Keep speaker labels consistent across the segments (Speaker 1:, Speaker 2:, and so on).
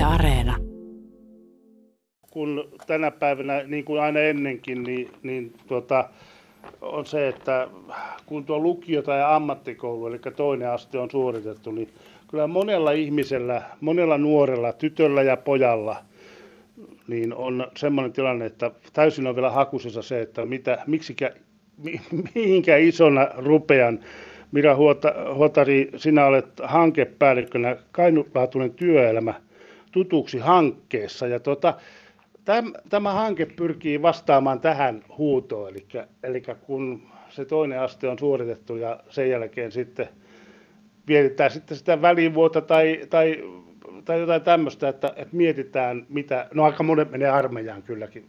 Speaker 1: Areena.
Speaker 2: Kun tänä päivänä, niin kuin aina ennenkin, niin on se, että kun tuo lukio tai ammattikoulu, eli toinen aste on suoritettu, niin kyllä monella ihmisellä, monella nuorella, tytöllä ja pojalla, niin on semmoinen tilanne, että täysin on vielä hakusessa se, että mihinkä isona rupean. Mira Huotari, sinä olet hankepäällikkönä Kainuulaatuinen työelämä tutuksi hankkeessa. Ja tämä hanke pyrkii vastaamaan tähän huutoon, eli kun se toinen aste on suoritettu ja sen jälkeen sitten vietetään sitten sitä välivuotta tai jotain tämmöistä, että mietitään mitä, no aika monet menee armeijaan kylläkin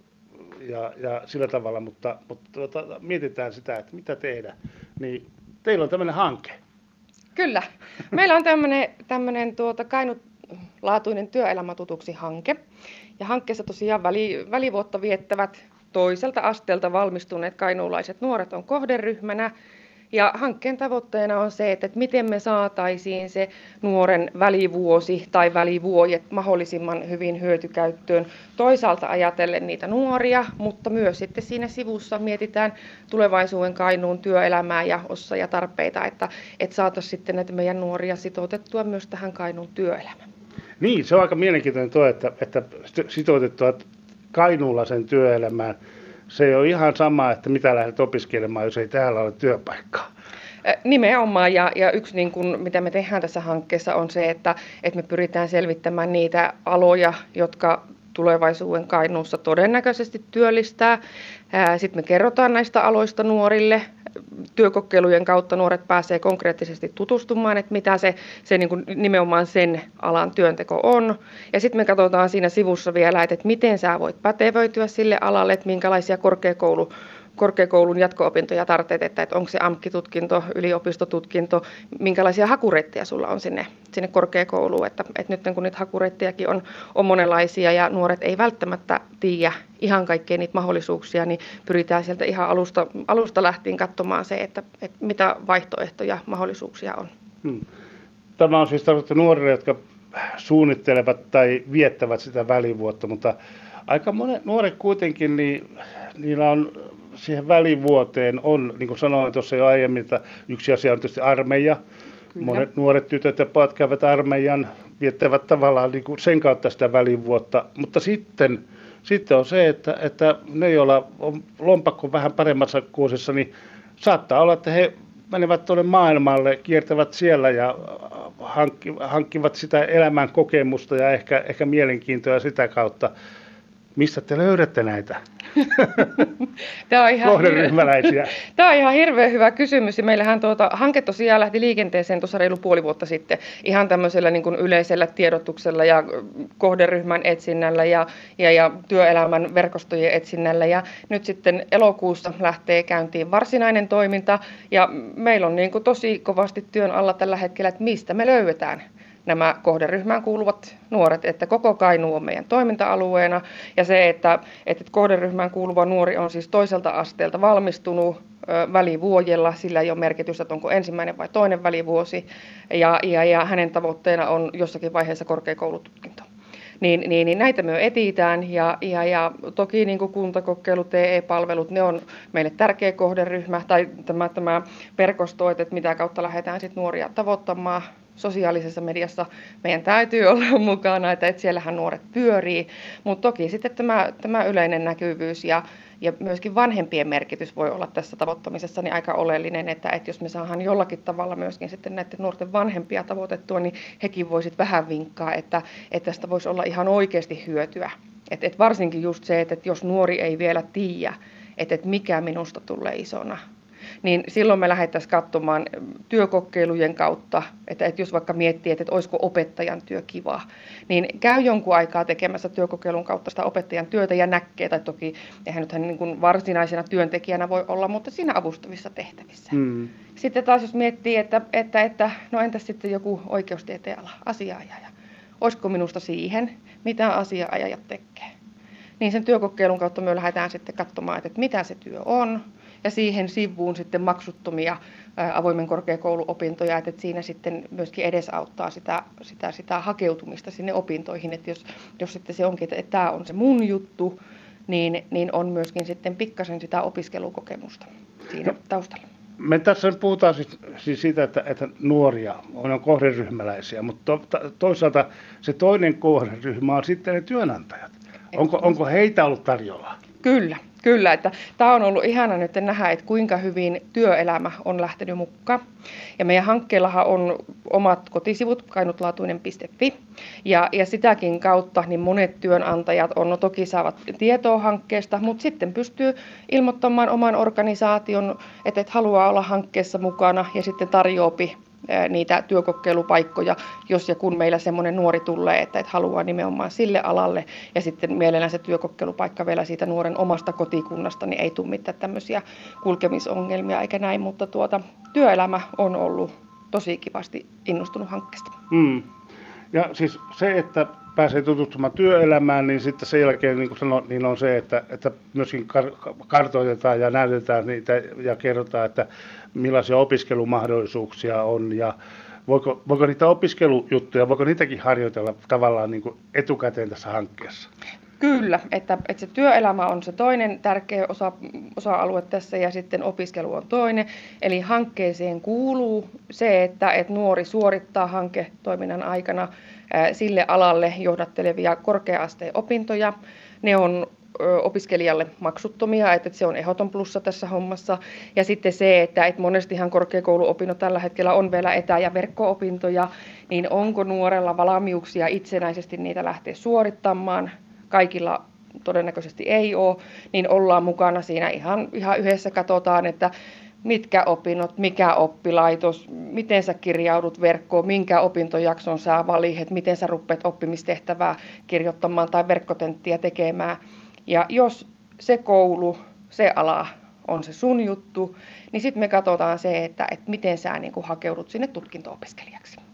Speaker 2: ja sillä tavalla, mutta mietitään sitä, että mitä tehdä, niin teillä on tämmöinen hanke.
Speaker 3: Kyllä. Meillä on tämmöinen Kainuulaatuinen työelämä tutuksi hanke. Ja hankkeessa tosiaan välivuotta viettävät toiselta asteelta valmistuneet kainuulaiset nuoret on kohderyhmänä. Ja hankkeen tavoitteena on se, että miten me saataisiin se nuoren välivuosi tai välivuodet mahdollisimman hyvin hyötykäyttöön. Toisaalta ajatellen niitä nuoria, mutta myös sitten siinä sivussa mietitään tulevaisuuden Kainuun työelämää ja osaajatarpeita, että saataisiin sitten näitä meidän nuoria sitoutettua myös tähän Kainuun työelämään.
Speaker 2: Niin, se on aika mielenkiintoinen tuo, että sitoutettua kainuulaisen työelämään. Se ei ole ihan sama, että mitä lähdet opiskelemaan, jos ei täällä ole työpaikkaa.
Speaker 3: Nimenomaan, ja yksi niin kuin, mitä me tehdään tässä hankkeessa on se, että me pyritään selvittämään niitä aloja, jotka tulevaisuuden Kainuussa todennäköisesti työllistää. Sitten me kerrotaan näistä aloista nuorille. Työkokeilujen kautta nuoret pääsee konkreettisesti tutustumaan, että mitä se niin kuin nimenomaan sen alan työnteko on. Ja sitten me katsotaan siinä sivussa vielä, että miten sä voit pätevöityä sille alalle, että minkälaisia korkeakoulun jatko-opintoja tarvitset, että onko se AMK-tutkinto, yliopistotutkinto, minkälaisia hakureittejä sulla on sinne korkeakouluun. Että nyt kun niitä hakureittiäkin on monenlaisia ja nuoret ei välttämättä tiedä ihan kaikkea niitä mahdollisuuksia, niin pyritään sieltä ihan alusta lähtien katsomaan se, että mitä vaihtoehtoja, mahdollisuuksia on.
Speaker 2: Tämä on siis tarkoitettu nuorille, jotka suunnittelevat tai viettävät sitä välivuotta, mutta aika monet nuoret kuitenkin, niin niillä on siihen välivuoteen on, niin kuin sanoin tuossa jo aiemmin, että yksi asia on tietysti armeija. Kyllä. Monet nuoret tytöt ja pojat käyvät armeijan, viettävät tavallaan niin kuin sen kautta sitä välivuotta, mutta sitten on se, että ne, joilla on lompakko vähän paremmassa kuosissa, niin saattaa olla, että he menevät tuonne maailmalle, kiertävät siellä ja hankkivat sitä elämän kokemusta ja ehkä mielenkiintoa sitä kautta. Mistä te löydätte näitä kohderyhmäläisiä?
Speaker 3: Tämä on ihan hirveän hyvä kysymys. Ja meillähän hanke tosiaan lähti liikenteeseen tuossa reilu puoli vuotta sitten ihan tämmöisellä niin kuin yleisellä tiedotuksella ja kohderyhmän etsinnällä ja työelämän verkostojen etsinnällä. Ja nyt sitten elokuussa lähtee käyntiin varsinainen toiminta ja meillä on niin kuin tosi kovasti työn alla tällä hetkellä, että mistä me löydetään nämä kohderyhmään kuuluvat nuoret, että koko Kainuu on meidän toiminta-alueena ja se, että kohderyhmään kuuluva nuori on siis toiselta asteelta valmistunut välivuodella, sillä ei ole merkitystä, että onko ensimmäinen vai toinen välivuosi ja hänen tavoitteena on jossakin vaiheessa korkeakoulututkinto. Niin näitä me etsitään ja toki niin kuin kuntakokeilu, TE-palvelut, ne on meille tärkeä kohderyhmä tai tämä verkosto, että mitä kautta lähdetään sit nuoria tavoittamaan. Sosiaalisessa mediassa meidän täytyy olla mukana, että siellähän nuoret pyörii, mutta toki sitten tämä yleinen näkyvyys ja myöskin vanhempien merkitys voi olla tässä tavoittamisessa niin aika oleellinen, että jos me saadaan jollakin tavalla myöskin sitten näiden nuorten vanhempia tavoitettua, niin hekin voisit vähän vinkkaa, että tästä voisi olla ihan oikeasti hyötyä. Että varsinkin just se, että jos nuori ei vielä tiedä, että mikä minusta tulee isona, niin silloin me lähdettäisiin katsomaan työkokeilujen kautta, että jos vaikka miettii, että olisiko opettajan työ kiva, niin käy jonkun aikaa tekemässä työkokeilun kautta sitä opettajan työtä ja näkee, tai toki eihän nythän niin kuin varsinaisena työntekijänä voi olla, mutta siinä avustavissa tehtävissä. Sitten taas jos miettii, että no entäs sitten joku oikeustieteen ala, asianajaja, olisiko minusta siihen, mitä asianajajat tekee. Niin sen työkokeilun kautta me lähdetään sitten katsomaan, että mitä se työ on, ja siihen sivuun sitten maksuttomia avoimen korkeakouluopintoja, että siinä sitten myöskin edesauttaa sitä hakeutumista sinne opintoihin, että jos sitten se onkin, että tämä on se mun juttu, niin on myöskin sitten pikkasen sitä opiskelukokemusta siinä taustalla.
Speaker 2: Me tässä puhutaan siis siitä, että nuoria on kohderyhmäläisiä, mutta toisaalta se toinen kohderyhmä on sitten ne työnantajat. Onko heitä ollut tarjolla?
Speaker 3: Kyllä, että tämä on ollut ihana nyt nähdä, että kuinka hyvin työelämä on lähtenyt mukaan. Ja meidän hankkeellahan on omat kotisivut, kainutlaatuinen.fi, ja sitäkin kautta niin monet työnantajat toki saavat tietoa hankkeesta, mutta sitten pystyy ilmoittamaan oman organisaation, että haluaa olla hankkeessa mukana ja sitten tarjoapi niitä työkokeilupaikkoja, jos ja kun meillä semmoinen nuori tulee, että haluaa nimenomaan sille alalle ja sitten mielellään se työkokeilupaikka vielä siitä nuoren omasta kotikunnasta, niin ei tule mitään tämmöisiä kulkemisongelmia eikä näin, mutta työelämä on ollut tosi kivasti innostunut hankkeesta.
Speaker 2: Ja siis se, että pääsee tutustumaan työelämään, niin sitten sen jälkeen, niin kuin sanoin, niin on se, että myöskin kartoitetaan ja näytetään niitä ja kerrotaan, että millaisia opiskelumahdollisuuksia on ja voiko niitä opiskelujuttuja, voiko niitäkin harjoitella tavallaan niin kuin etukäteen tässä hankkeessa?
Speaker 3: Kyllä, että se työelämä on se toinen tärkeä osa-alue tässä ja sitten opiskelu on toinen. Eli hankkeeseen kuuluu se, että nuori suorittaa hanketoiminnan aikana sille alalle johdattelevia korkea-asteen opintoja. Ne on opiskelijalle maksuttomia, että se on ehdoton plussa tässä hommassa. Ja sitten se, että monestihan korkeakouluopinnot tällä hetkellä on vielä etä- ja verkko-opintoja, niin onko nuorella valmiuksia itsenäisesti niitä lähteä suorittamaan? Kaikilla todennäköisesti ei ole, niin ollaan mukana siinä ihan yhdessä katsotaan, että mitkä opinnot, mikä oppilaitos, miten sä kirjaudut verkkoon, minkä opintojakson sä valitset, miten sä rupeat oppimistehtävää kirjoittamaan tai verkkotenttiä tekemään. Ja jos se koulu, se ala on se sun juttu, niin sitten me katsotaan se, että miten sä niin kuin hakeudut sinne tutkinto-opiskelijaksi.